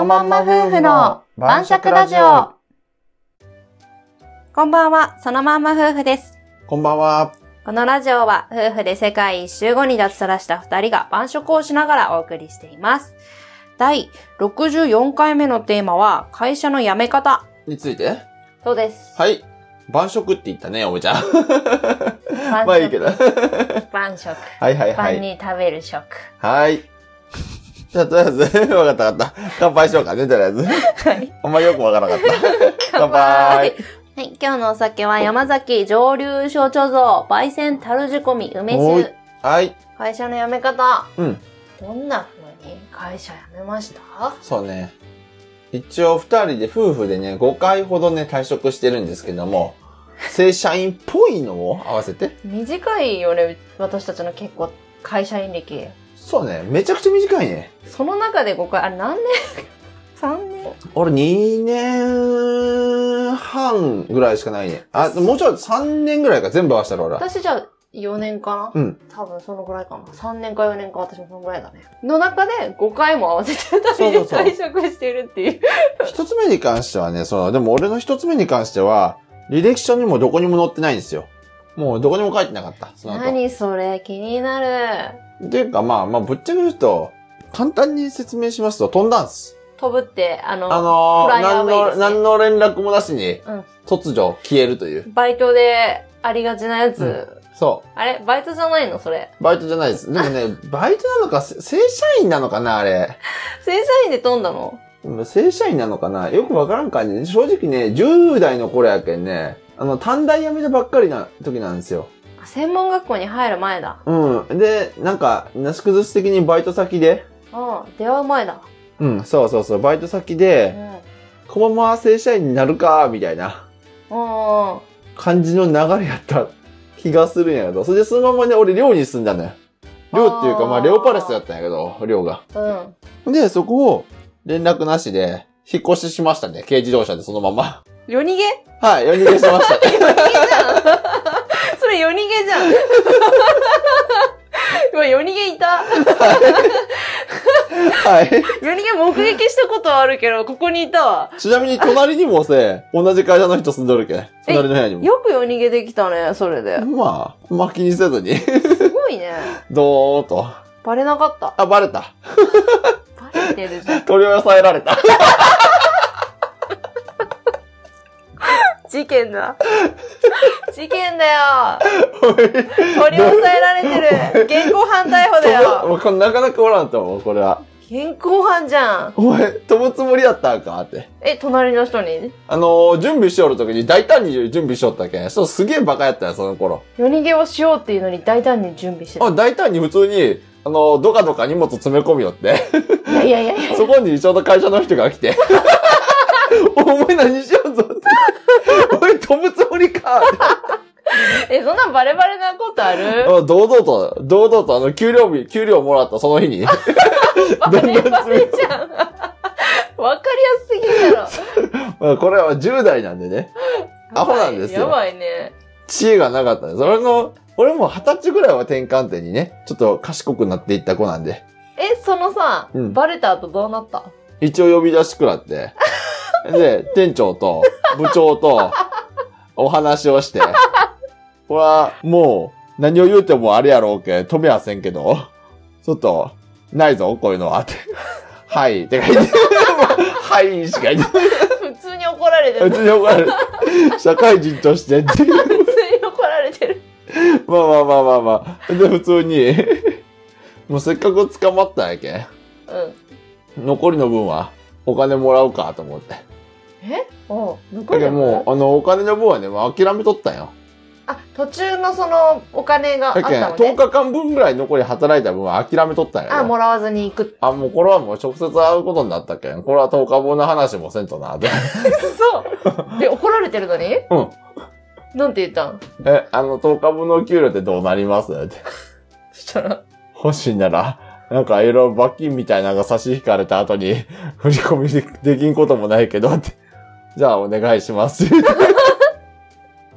まんま夫婦の晩酌ラジオ。 こんばんは、そのまんま夫婦です。 こんばんは。 このラジオは夫婦で世界一周後に脱サラした二人が晩酌をしながらお送りしています。第64回目のテーマは会社の辞め方について？ そうです。 はい。晩酌って言ったね、おめちゃん。 晩まあいいけど。 晩酌。 はいはいはい。 晩に食べる食。 はい。じゃあとりあえず、わかった。乾杯しようかね、とりあえず。はい。あんまよくわからなかった。乾杯。はい、 今日のお酒は山崎蒸留所貯蔵、焙煎樽仕込み、梅酒。 はい。 会社の辞め方。 うん。 どんな風に会社辞めました？ そうね。一応二人で夫婦でね、5回ほどね、退職してるんですけども、正社員っぽいのを合わせて。 短いよね、私たちの結構会社員歴。 そうね、めちゃくちゃ短いね。 その中で5回、あれ何年3年俺2年半ぐらいしかないね。あ、もうちょい3年ぐらいか、全部合わせたら俺は。 私じゃあ4年かな？ うん。 多分そのぐらいかな。3年か4年か私もそのぐらいだね。の中で5回も合わせて退職してるっていう。 一つ目に関してはね、でも俺の一つ目に関しては、履歴書にもどこにも載ってないんですよ。もうどこにも書いてなかった。その後。 何それ気になる。 っていうかまあぶっちゃけ言うと、簡単に説明しますと飛んだんす。 飛ぶって、フライアウェイですね。 何の連絡もなしに、突如消えるという。 バイトでありがちなやつ。 そう。 あれバイトじゃないのそれ。 バイトじゃないです。でもね、バイトなのか、正社員なのかなあれ。 正社員で飛んだの？ 正社員なのかなよくわからん感じで、正直ね、10代の頃やけんね、短大辞めたばっかりな時なんですよ。 専門学校に入る前だ。 うん。で、なんか、なし崩し的にバイト先で。 出会う前だ。 うん、そう。バイト先で、このまま正社員になるか、みたいな。感じの流れやった気がするんやけど。それでそのままね、俺寮に住んだのよ。寮っていうか、レオパレスやったんやけど、寮が。で、そこを連絡なしで、引っ越ししましたね。軽自動車でそのまま。 夜逃げ？ はい、夜逃げしました。 夜逃げじゃん。それ夜逃げじゃん。今夜逃げいた。はい。夜逃げ目撃したことはあるけど、ここにいたわ。 ちなみに隣にも同じ会社の人住んどるけ。隣の部屋にも。 よく夜逃げできたね、それで。 まあ気にせずに。 すごいね。 どーと。 バレなかった。 あ、バレた。 バレてるじゃん。 取り押さえられた。 事件だ。事件だよ。取り押さえられてる。現行犯逮捕だよ。 これなかなかおらんと思う、これは。 現行犯じゃん。 お前、飛ぶつもりやったんかって。 隣の人に準備しよるときに大胆に準備しよったけん。すげえバカやったよ、その頃。 夜逃げをしようっていうのに大胆に準備してた。 大胆に普通に、どかどか荷物詰め込みよって。 いや。 そこにちょうど会社の人が来て。お前何しようぞって。お前飛ぶつもりかって。 そんなバレバレなことある？ 堂々と給料もらったその日に。 バレバレじゃん。わかりやすすぎるやろ。 これは10代なんでね。アホなんですよ。 やばいね。 知恵がなかったんです。俺も20歳ぐらいは転換点にね、ちょっと賢くなっていった子なんで。 そのさ、バレた後どうなった？ 一応呼び出しくらって。で、店長と部長とお話をして、これはもう何を言うてもあれやろうけ、止めはせんけど、ちょっと、ないぞ、こういうのはって。はい、って書いて。はいしか言って。 普通に怒られてる。 普通に怒られる。社会人として。 普通に怒られてる。 まあ。で、普通に、もうせっかく捕まったんやけ。残りの分はお金もらうかと思って。 残りの分もう、お金の分はね、もう諦めとったんよ。 途中のそのお金があったのね。 10日間分ぐらい残り働いた分は諦めとったんや。 もらわずに行く。 もうこれはもう直接会うことになったけん。これは10日分の話もせんとな、で。 そう。で、怒られてるのに？なんて言ったん ？10日分の給料ってどうなりますって。 そしたら欲しいなら、なんかいろいろ罰金みたいなのが差し引かれた後に、振り込みできんこともないけどって。じゃあお願いします。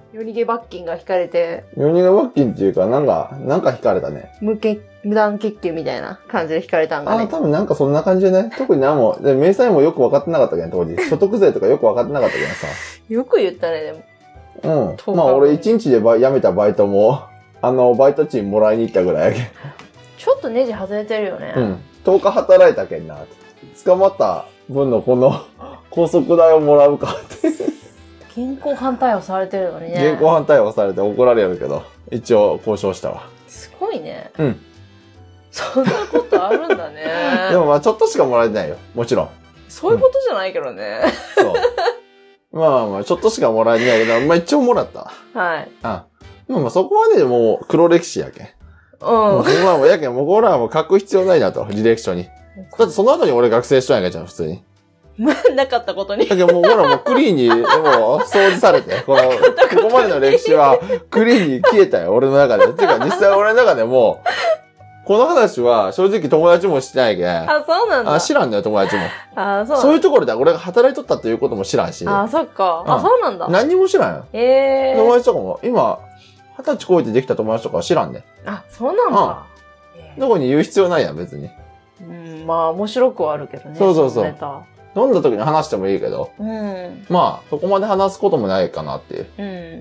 夜逃げ罰金が引かれて。 夜逃げ罰金っていうか、なんか引かれたね。 無断欠勤みたいな感じで引かれたんだね。 多分なんかそんな感じでね。特に何も、で、明細もよく分かってなかったけど、当時。所得税とかよく分かってなかったけどさ。 よく言ったね、でも。 うん。まあ俺1日で辞めたバイトも、バイト賃もらいに行ったぐらいやけん。 ちょっとネジ外れてるよね。 うん。10日働いたけんな。捕まった分のこの高速代をもらうかって。 現行犯逮捕されてるのにね。 現行犯逮捕されて怒られるけど、一応交渉したわ。 すごいね。 うん。 そんなことあるんだね。 でもまあちょっとしかもらえてないよ。もちろん。 そういうことじゃないけどね。 そう。まあちょっとしかもらえてないけど、まあ一応もらった。 はい。 まあそこはね、もう黒歴史やけん。 うん。 まあもうやけん、もうこれはもう書く必要ないなと、履歴書に。だってその後に俺学生しとんやけんじゃん、普通に。 なかったことに。 だけどもうほらもうクリーンに、もう掃除されて、ここまでの歴史はクリーンに消えたよ、俺の中で。てか実際俺の中でも、この話は正直友達もしてないけん。 あ、そうなんだ。 知らんのよ、友達も。 そういうところで俺が働いとったっていうことも知らんし。 そっか。そうなんだ。 何にも知らんよ。友達とかも、今、20歳超えてできた友達とかは知らんね。 そうなんだ。 どこに言う必要ないやん、別に。 まあ面白くはあるけどね。 そう。飲んだ時に話してもいいけど。まあ、そこまで話すこともないかなっていう。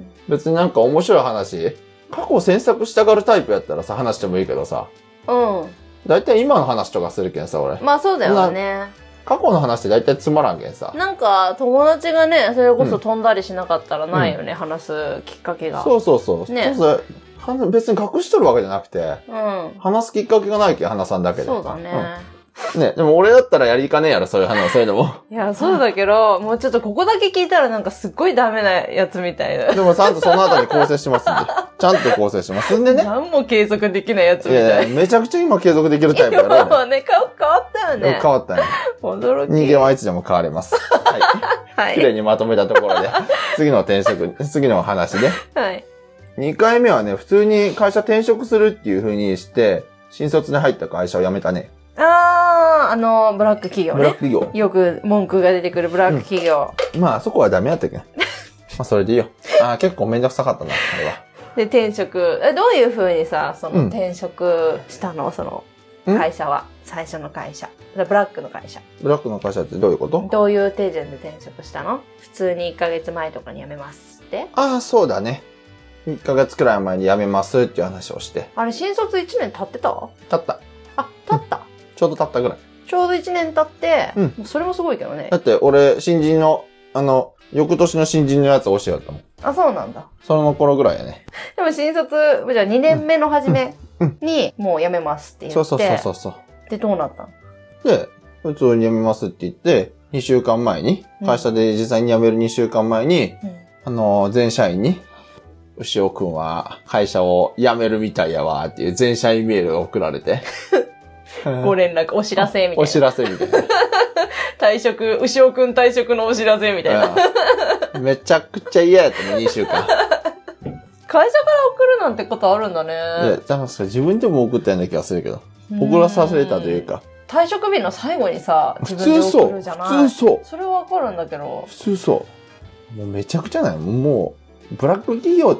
別になんか面白い話、過去詮索したがるタイプやったらさ、話してもいいけどさ。だいたい今の話とかするけんさ、俺。 まあそうだよね。 過去の話ってだいたいつまらんけんさ。 なんか、友達がね、それこそ飛んだりしなかったらないよね、話すきっかけが。 そう。ね。別に隠しとるわけじゃなくて、話すきっかけがないけん、話さんだけで。 そうだね。 ね、でも俺だったらやりかねえやろ、そういう話、そういうのも。 いや、そうだけど、もうちょっとここだけ聞いたらなんかすっごいダメなやつみたいな。 でもちゃんとその後に構成しますんで。ちゃんと構成しますんでね。 何も継続できないやつみたい。 めちゃくちゃ今継続できるタイプやろ。 今はね、変わったよね。 変わったね。 驚き。 人間はいつでも変われます。はい。綺麗にまとめたところで、次の話で。 はい。 2回目はね、普通に会社転職するっていう風にして、新卒に入った会社を辞めたね。 ブラック企業ね。 ブラック企業。 よく文句が出てくるブラック企業。 まあ、そこはダメやったけん。まあ、それでいいよ。結構めんどくさかったな、あれは。 で、転職。どういう風にさ、転職したの会社は。最初の会社。ブラックの会社。 ブラックの会社ってどういうこと？ どういう手順で転職したの？普通に1ヶ月前とかに辞めますって？ そうだね。1ヶ月くらい前に辞めますっていう話をして。 あれ、新卒1年経ってた？ 経った。 経った。 ちょうど経ったぐらい。 ちょうど1年経って、それもすごいけどね。 だって俺、新人の、翌年の新人のやつ教えよったもん。 そうなんだ。 その頃ぐらいやね。 でも新卒、じゃあ2年目の初めに、もう辞めますって言って。 そう。 で、どうなったの？ で、普通に辞めますって言って、2週間前に、会社で実際に辞める2週間前に、全社員に、牛尾くんは会社を辞めるみたいやわっていう全社員メールが送られて。 ご連絡、お知らせみたいな。 お知らせみたいな。 牛尾くん退職のお知らせみたいな。 めちゃくちゃ嫌やったね、2週間。 会社から送るなんてことあるんだね。いや、多分それ自分でも送ったような気がするけど。送らされたというか。 退職日の最後にさ、自分で送るじゃない？ 普通そう。 それはわかるんだけど。 普通そう。もうめちゃくちゃない。もう、ブラック企業って、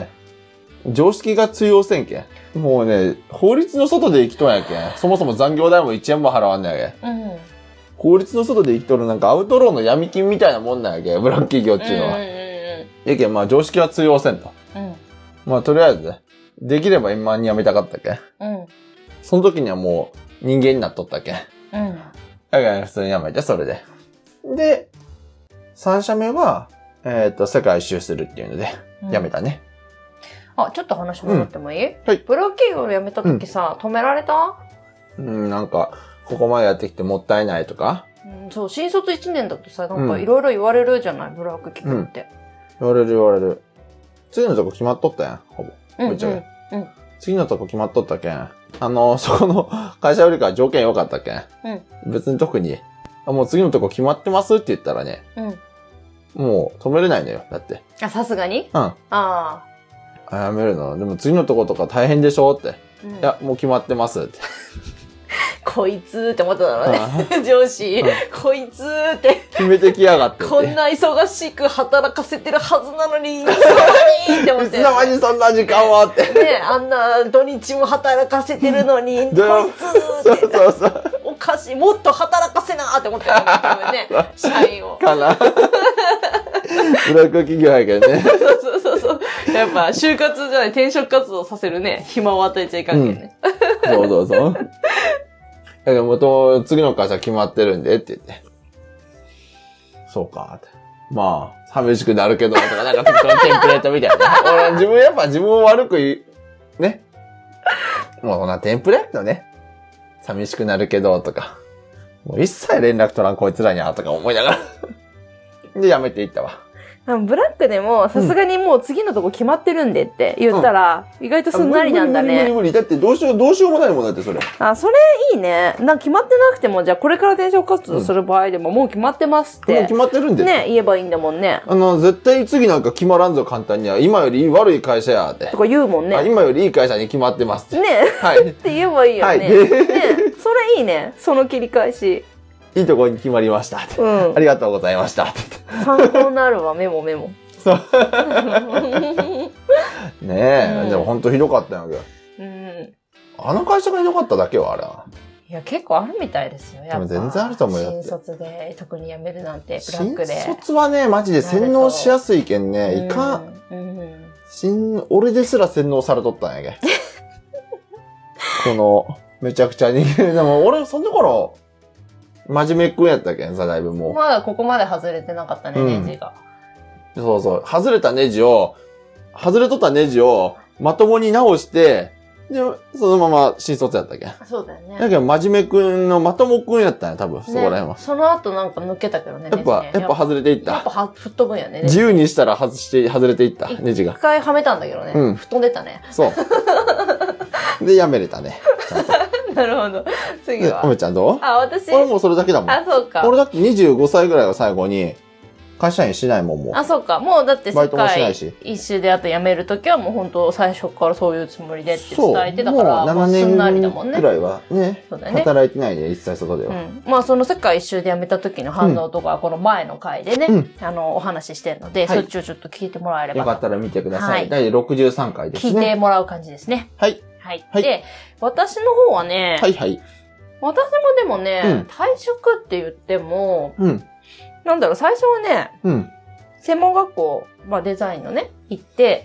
常識が通用せんけん。もうね、法律の外で生きとんやけん。そもそも残業代も1円も払わんねやけん。法律の外で生きとるなんかアウトローの闇金みたいなもんなんやけん。ブラック企業っていうのは。やけん、まあ常識は通用せんと。まあとりあえず、できれば円満に辞めたかったけん。その時にはもう人間になっとったけん。だから普通に辞めて、それで。で、3社目は、世界一周するっていうので、辞めたね。 ちょっと話戻ってもいい？ はい。 ブラック企業を辞めた時さ、止められた？ なんか、ここまでやってきてもったいないとか。 そう、新卒1年だとさ、なんかいろいろ言われるじゃない、ブラック企業って。 言われる。次のとこ決まっとったやん、ほぼ。ぶっちゃけ。次のとこ決まっとったけん。そこの会社よりかは条件良かったけん。別に特に、もう次のとこ決まってますって言ったらね。もう止めれないのよ、だって。 さすがに？ やめるの。でも次のとことか大変でしょって。いや、もう決まってますって。 こいつって思ってたのね。上司、こいつって。 決めてきやがって。 こんな忙しく働かせてるはずなのに、いつの間にって思って。 いつの間にそんな時間はって。 ね、あんな土日も働かせてるのに、こいつって。そう。おかしい、もっと働かせなって思ってたね、社員を。 かな。ブラック企業やけどね。 そう。やっぱ、就活じゃない、転職活動させるね、暇を与えちゃいかんけんね。 そう。だけど、もう次の会社決まってるんでって言って。そうかって。まあ、寂しくなるけど、とか、なんか適当なテンプレートみたいな。俺、自分を悪く言う、ね。もうそんなテンプレートね。寂しくなるけど、とか。もう一切連絡取らんこいつらにゃ、とか思いながら。で、辞めていったわ。 ブラックでも、さすがにもう次のとこ決まってるんでって言ったら、意外とすんなりなんだね。 無理。だってどうしようもないもんだって、それ。 それいいね。決まってなくても、じゃあこれから転職活動する場合でも、もう決まってますって。 もう決まってるんで。 ね、言えばいいんだもんね。 絶対次なんか決まらんぞ、簡単には。今より悪い会社や、って。 とか言うもんね。 今よりいい会社に決まってますって。 ね。 はい。 って言えばいいよね。ね。それいいね。その切り返し。 いいところに決まりました。ありがとうございました。 参考になるわ、メモ。 そう。ねえ、でも本当ひどかったんやけど。あの会社がひどかっただけはあれは。 いや、結構あるみたいですよ。やっぱ全然あると思うよ。 新卒で特に辞めるなんて、ブラックで。 新卒はね、マジで洗脳しやすいけんね、いかん。俺ですら洗脳されとったんやけ。この、めちゃくちゃに。でも俺、その頃、真面目っ子やったけんさ、だいぶもう。 まだここまで外れてなかったね、ネジが。 そう。外れとったネジをまともに直して、で、そのまま新卒やったけん。 そうだよね。 だけど、真面目くんのまともくんやったんや、多分、そこら辺は。 その後なんか抜けたけどね、 やっぱ外れていった。 やっぱ吹っ飛ぶんやね。 自由にしたら外れていった、ネジが。 一回はめたんだけどね。吹っ飛んでたね。 そう。で、やめれたね。 なるほど。次は。 おめちゃんどう？ 私。 俺もうそれだけだもん。 そうか。 俺だって25歳ぐらいが最後に、会社員しないもん、もう。 そうか。もうだって世界一周であと辞めるときはもう本当最初からそういうつもりでって伝えてたから、 もう7年すんなりだもんね。 くらいはね、働いてないで、一切外では。 その世界一周で辞めた時の反応とか、この前の回でね、お話ししてるので、そっちをちょっと聞いてもらえれば。 よかったら見てください。第63回ですね。 聞いてもらう感じですね。 はい。 で、私の方はね、私もでもね、退職って言っても、なんだろう、最初はね、専門学校、デザインのね、行って、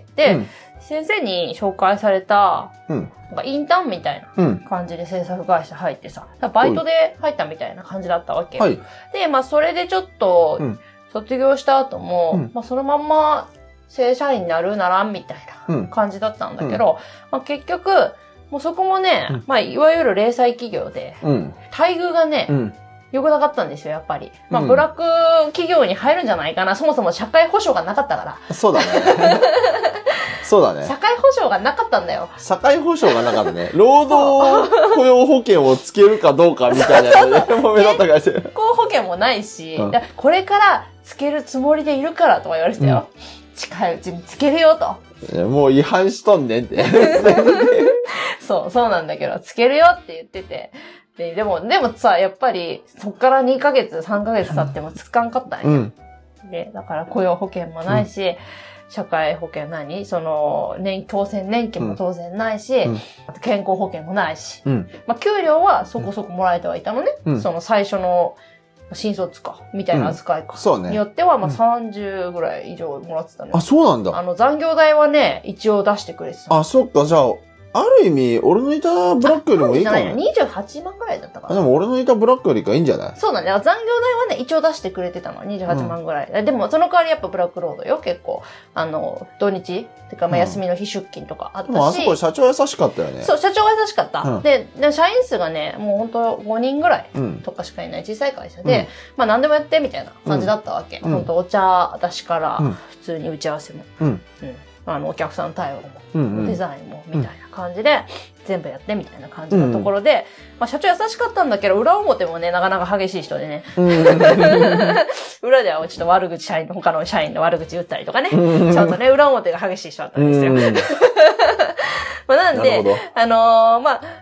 で、先生に紹介された、インターンみたいな感じで制作会社入ってさ、バイトで入ったみたいな感じだったわけ。で、それでちょっと、卒業した後も、そのまんま正社員になるならんみたいな感じだったんだけど、結局、もうそこもね、いわゆる零細企業で、待遇がね、良くなかったんですよ、やっぱり。ブラック企業に入るんじゃないかな。そもそも社会保障がなかったから。 そうだね。そうだね。 社会保障がなかったんだよ。 社会保障がなかったね。労働雇用保険をつけるかどうかみたいなので、もめだったかしら。 健康保険もないし、これからつけるつもりでいるからとか言われてたよ。近いうちにつけるよと。 もう違反しとんねんって。 そうなんだけど、つけるよって言ってて。でもさ、やっぱり、そっから2ヶ月、3ヶ月経ってもつかんかったんや。で、だから雇用保険もないし、社会保険当選年金も当然ないし、あと健康保険もないし、給料はそこそこもらえてはいたのね。その最初の新卒か、みたいな扱いか。 そうね。 によっては、30ぐらい以上もらってたのよ。 あ、そうなんだ。 残業代はね、一応出してくれてた。 そっか、じゃあ、ある意味、俺のいたブラックよりもいいかも。 28万ぐらいだったかな。 でも俺のいたブラックよりかいいんじゃない？ そうだね。残業代はね、一応出してくれてたの。28万ぐらい。でも、その代わりやっぱブラックロードよ、結構。土日てか、休みの日出勤とかあったし。 あそこ社長優しかったよね。 そう、社長は優しかった。で、社員数がね、もうほんと5人ぐらいとかしかいない小さい会社で、何でもやってみたいな感じだったわけ。ほんとお茶、私から普通に打ち合わせも。お客さん対応も、デザインも、みたいな感じで、全部やってみたいな感じのところで、社長優しかったんだけど、裏表もね、なかなか激しい人でね。裏ではちょっと他の社員の悪口言ったりとかね。ちょっとね、裏表が激しい人だったんですよ。なんで、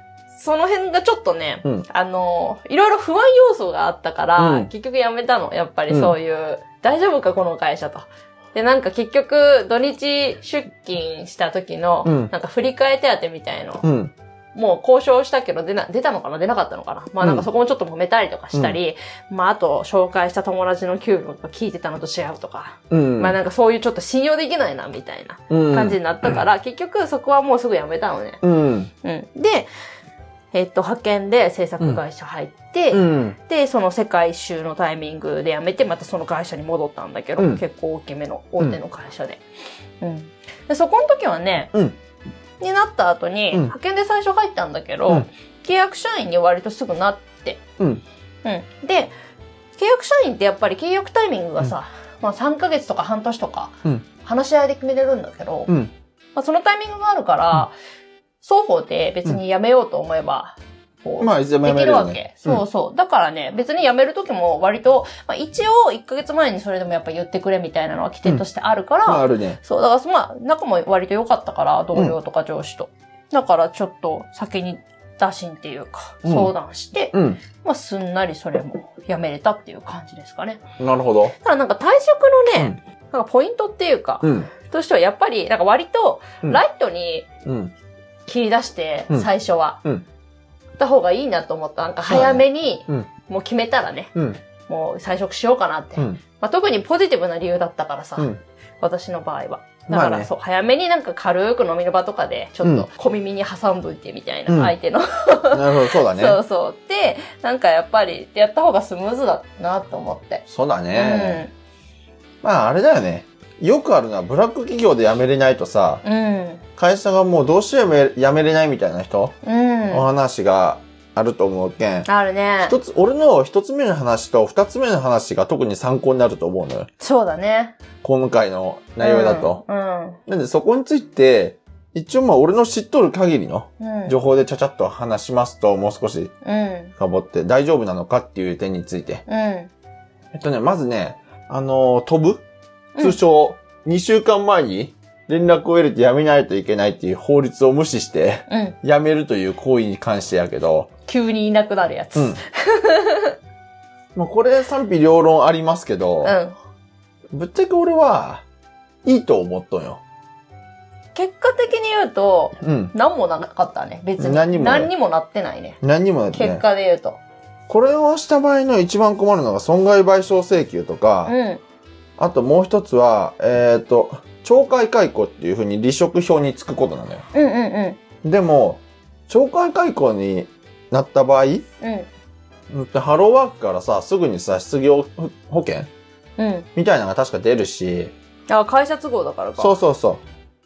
その辺がちょっとね、いろいろ不安要素があったから、結局辞めたの。やっぱりそういう、大丈夫かこの会社と。で、なんか結局、土日出勤した時の、なんか振り替え手当みたいの、もう交渉したけど出たのかな出なかったのかなまあなんかそこもちょっと揉めたりとかしたり、まああと紹介した友達の給料が聞いてたのと違うとか、まあなんかそういうちょっと信用できないなみたいな感じになったから、結局そこはもうすぐ辞めたのね。で、派遣で制作会社入って、で、その世界一周のタイミングで辞めて、またその会社に戻ったんだけど、結構大きめの大手の会社で。でそこの時はね、になった後に、派遣で最初入ったんだけど、契約社員に割とすぐなって。で、契約社員ってやっぱり契約タイミングがさ、まあ3ヶ月とか半年とか、話し合いで決めれるんだけど、まあ、そのタイミングがあるから、双方で別に辞めようと思えば、 まあ、いつでも辞めれるよね。 できるわけ。そうそう。だからね、別に辞める時も割と、まあ一応1ヶ月前にそれでもやっぱ言ってくれみたいなのは規定としてあるから、 まああるね。 そう、だからまあ仲も割と良かったから、同僚とか上司と。だからちょっと先に打診っていうか、相談して、まあすんなりそれも辞めれたっていう感じですかね。 なるほど。 ただなんか退職のね、なんかポイントっていうか、としてはやっぱりなんか割とライトに切り出して、最初は。た方がいいなと思った。なんか早めに、もう決めたらね、もう退職しようかなって。まあ、特にポジティブな理由だったからさ、私の場合は。だからそう、早めになんか軽く飲みの場とかで、ちょっと小耳に挟んどいてみたいな、相手の。 なるほど、そうだね。 そうそう。で、なんかやっぱり、やった方がスムーズだなと思って。 そうだね。まあ、あれだよね。よくあるのは、ブラック企業で辞めれないとさ、会社がもうどうしても辞めれないみたいな人、お話があると思うけん。 あるね。 俺の一つ目の話と二つ目の話が特に参考になると思うのよ。 そうだね。 今回の内容だと。なんでそこについて、一応まあ俺の知っとる限りの情報でちゃちゃっと話しますと、もう少し深掘って大丈夫なのかっていう点について。まずね、飛ぶ通称、2週間前に連絡を得ると辞めないといけないっていう法律を無視して、辞めるという行為に関してやけど。 急にいなくなるやつ。 まあこれ賛否両論ありますけど、ぶっちゃけ俺はいいと思っとんよ。 結果的に言うと、何もなかったね。別に。何にもなってないね。 何にもなってない。 結果で言うと。 これをした場合の一番困るのが損害賠償請求とか、あともう一つは、懲戒解雇っていう風に離職表につくことなのよ。でも、懲戒解雇になった場合、ハローワークからさ、すぐにさ、失業保険みたいなのが確か出るし。 あ、会社都合だからか。 そうそうそう。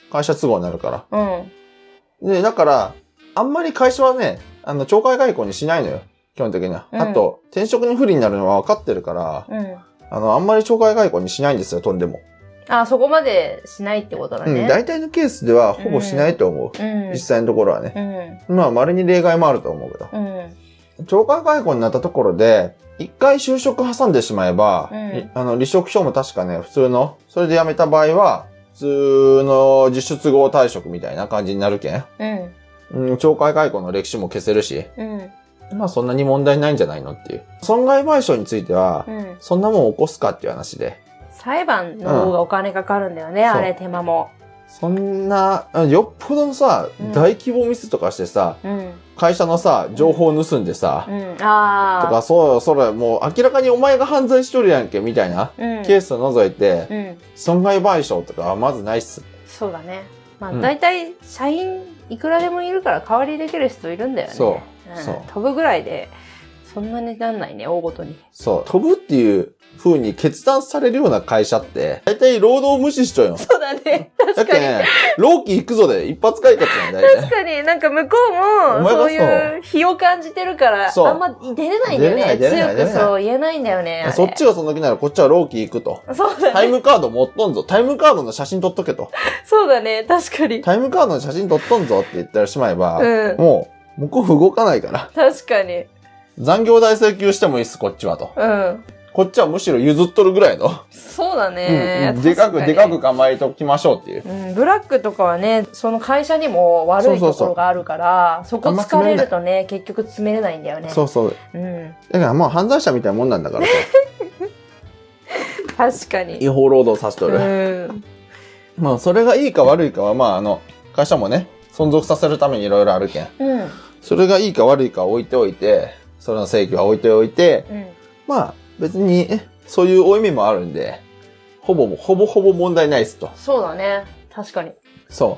会社都合になるから。で、だから、あんまり会社はね、懲戒解雇にしないのよ。基本的には。あと、転職に不利になるのは分かってるから、あんまり懲戒解雇にしないんですよ、とんでも。 あ、そこまでしないってことだね。 大体のケースではほぼしないと思う。実際のところはね。まあ、稀に例外もあると思うけど。懲戒解雇になったところで、一回就職挟んでしまえば、離職書も確かね、普通の、それで辞めた場合は、普通の自主都合退職みたいな感じになるけん。懲戒解雇の歴史も消せるし。まあそんなに問題ないんじゃないのっていう。損害賠償については、そんなもん起こすかっていう話で。 裁判の方がお金かかるんだよね、あれ手間も。 そんな、よっぽどのさ、大規模ミスとかしてさ、会社のさ、情報を盗んでさ、とか、それ、もう明らかにお前が犯罪しとるやんけ、みたいな、ケースを除いて、損害賠償とかはまずないっす。 そうだね。まあ、大体、社員いくらでもいるから代わりできる人いるんだよね。そう。飛ぶぐらいで、そんなになんないね、大ごとに。 そう。飛ぶっていう風に決断されるような会社って、大体労働を無視しちゃうよ。 そうだね。確かに。 だってね、労基行くぞで一発解決なんだよね。 確かに、なんか向こうも、そういう非を感じてるから、あんま出れないんだよね。強くそう言えないんだよね。 そっちがその気ならこっちは労基行くと。 そうだね。 タイムカード持っとんぞ。タイムカードの写真撮っとけと。 そうだね、確かに。 タイムカードの写真撮っとんぞって言ってしまえば、もう、向こう動かないから。 確かに。 残業代請求してもいいっす、こっちはと。 こっちはむしろ譲っとるぐらいの。 そうだね。 でかく構えときましょうっていう。 ブラックとかはね、その会社にも悪いところがあるから、そこ疲れるとね、結局詰めれないんだよね。 そうそう。だからもう犯罪者みたいなもんなんだからさ。 確かに。 違法労働させとる。まあ、それがいいか悪いかは、まあ、会社もね、存続させるためにいろいろあるけん。それがいいか悪いか置いておいて、それの正義は置いておいて、まあ、別に、そういう負い目もあるんで、ほぼ問題ないっすと。 そうだね。確かに。 そう。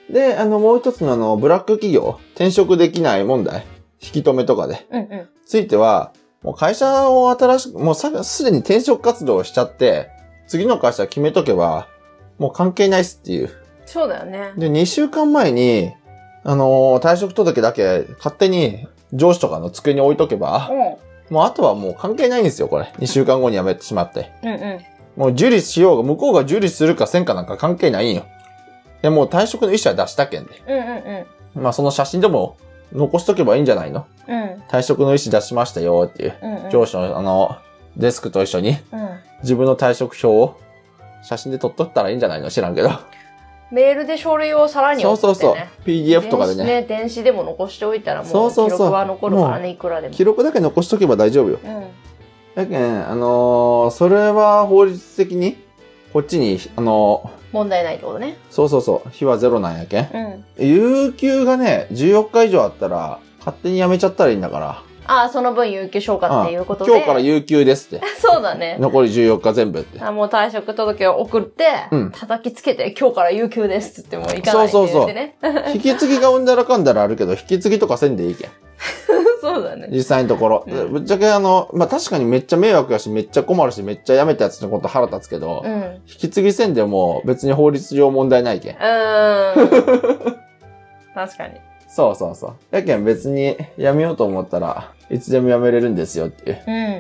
で、もう一つのブラック企業、転職できない問題、引き止めとかで、ついては、もう会社を新しく、もうすでに転職活動をしちゃって、次の会社決めとけば、もう関係ないっすっていう。 そうだよね。 で、2週間前に、退職届だけ勝手に上司とかの机に置いとけば、もうあとはもう関係ないんですよ、これ。2週間後に辞めてしまって。もう受理しようが、向こうが受理するかせんかなんか関係ないんよ。で、もう退職の意思は出したけんで。まあその写真でも残しとけばいいんじゃないの？退職の意思出しましたよっていう。上司のデスクと一緒に、自分の退職表を写真で撮っとったらいいんじゃないの？知らんけど。 メールで書類をさらに送ってね。 そう。PDF とかでね。 電子でも残しておいたらもう記録は残るからね、いくらでも。 記録だけ残しとけば大丈夫よ。だけん、それは法律的に、こっちに、 問題ないってことね。 そう。日はゼロなんやけん。有給がね、14日以上あったら、勝手に辞めちゃったらいいんだから。 ああ、その分有給消化っていうことで。 今日から有給ですって。 そうだね。 残り14日全部って。 もう退職届を送って、叩きつけて、今日から有給ですって言ってもいかないって言ってね。 そう。引き継ぎがうんだらかんだらあるけど、引き継ぎとかせんでいいけん。 そうだね。 実際のところ。ぶっちゃけまあ、確かにめっちゃ迷惑やし、めっちゃ困るし、めっちゃ辞めたやつのこと腹立つけど、引き継ぎせんでも別に法律上問題ないけん。 確かに。 そう。やけん別に辞めようと思ったらいつでも辞めれるんですよっていう。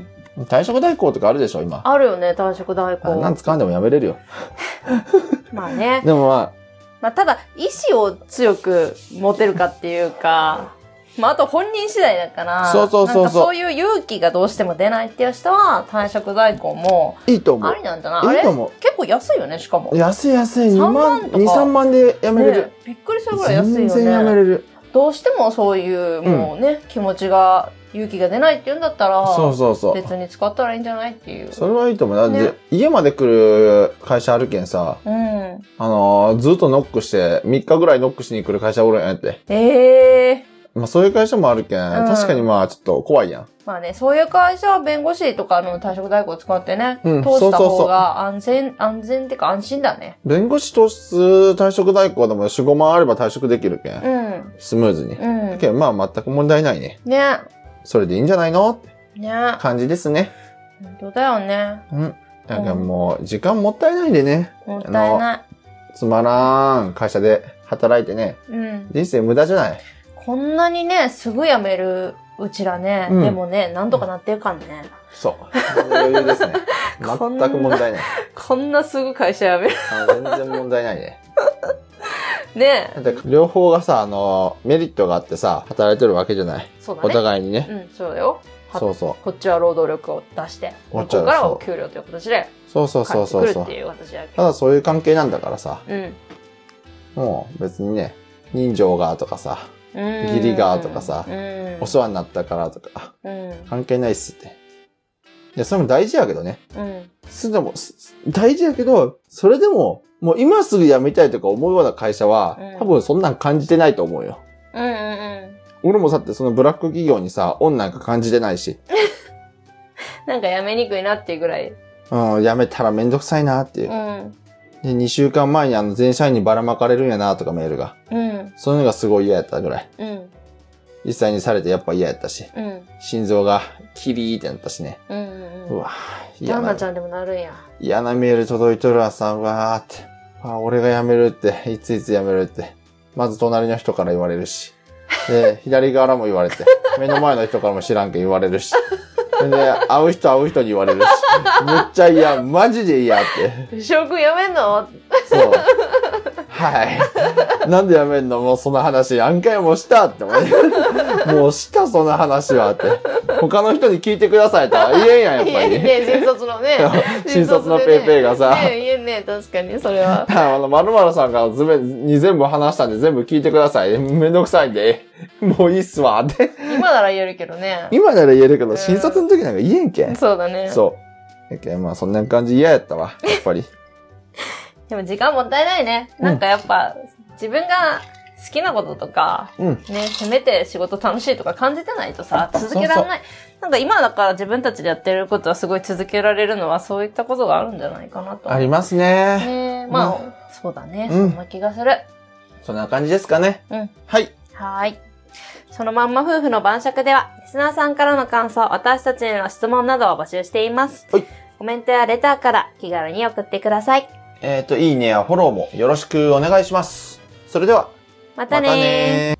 退職代行とかあるでしょ今。 あるよね、退職代行。 なんつかんでも辞めれるよ。 まあね。 でもまあ、ただ意志を強く持てるかっていうか、まああと本人次第だから。 そう。 なんかそういう勇気がどうしても出ないっていう人は退職代行もいいと思う。 ありなんだな。いいと思う。結構安いよね、しかも。 安い。2万、2、3万で辞めれる。 びっくりするぐらい安いよね。 全然辞めれる。 どうしてもそういう、もうね、気持ちが、勇気が出ないって言うんだったら、 そう。 別に使ったらいいんじゃないっていう。 それはいいと思う。だって、家まで来る会社あるけんさ、ずっとノックして、3日ぐらいノックしに来る会社おるんやって。まあそういう会社もあるけん、確かにまあちょっと怖いやん。 まあね、そういう会社は弁護士とかの退職代行を使ってね、通した方が安全ってか安心だね。 弁護士通す退職代行でも4、5万あれば退職できるけん。スムーズに。だけどまあ全く問題ないね。 ね。 それでいいんじゃないのってね。 感じですね。 本当だよね。 なんかもう時間もったいないんでね。 もったいない。 つまらん会社で働いてね。人生無駄じゃない。 こんなにね、すぐ辞めるうちらね、でもね、なんとかなってるからね。 そう。余裕ですね。全く問題ない。 こんなすぐ会社辞める。 全然問題ないね。 ねえ。だって両方がさ、メリットがあってさ、働いてるわけじゃない。 そうだね。 お互いにね。 そうだよ。 そう。 こっちは労働力を出して、向こうからはお給料という形で、 そう。 帰ってくるっていう形だけど。 ただそういう関係なんだからさ。もう別にね、人情がとかさ、義理がとかさ、お世話になったからとか、関係ないっすって。いや、それも大事やけどね。でも大事やけど、それでも、もう今すぐ辞めたいとか思うような会社は、多分そんなん感じてないと思うよ。俺もさってそのブラック企業にさ、恩なんか感じてないし。 なんか辞めにくいなっていうぐらい。 辞めたらめんどくさいなっていう。で、2週間前に全社員にばらまかれるんやなとかメールが。そういうのがすごい嫌やったぐらい。実際にされてやっぱ嫌やったし。心臓がキリーってなったしね。うわぁ、 旦那ちゃんでもなるんや。 嫌なメール届いとるわさ、うわーって。俺が辞めるって、いついつ辞めるって。まず隣の人から言われるし。で、左側も言われて。目の前の人からも知らんけん言われるし。で、会う人に言われるし。めっちゃ嫌、マジで嫌って。 翔くん辞めんの？ そう。はい。なんで辞めんの？もうその話何回もしたって思う。もうしたその話はって。 他の人に聞いてくださいとは言えんやん、やっぱり。 新卒のね。 新卒のペイペイがさ。 言えんね、確かに、それは。 〇〇さんが全部話したんで全部聞いてください。めんどくさいんで。もういいっすわ。で。 今なら言えるけどね。 今なら言えるけど、新卒の時なんか言えんけん。 そうだね。 そう。だけどまあそんな感じ嫌やったわ、やっぱり。 でも時間もったいないね。なんかやっぱ、自分が好きなこととか、ね、せめて仕事楽しいとか感じてないとさ、続けられない。なんか今だから自分たちでやってることはすごい続けられるのはそういったことがあるんじゃないかなと。 ありますね。 ね、まあ、そうだね。そんな気がする。 そんな感じですかね。はい。 はい。そのまんま夫婦の晩酌では、リスナーさんからの感想、私たちへの質問などを募集しています。はい。コメントやレターから気軽に送ってください。 いいねやフォローもよろしくお願いします。それでは。 またねー。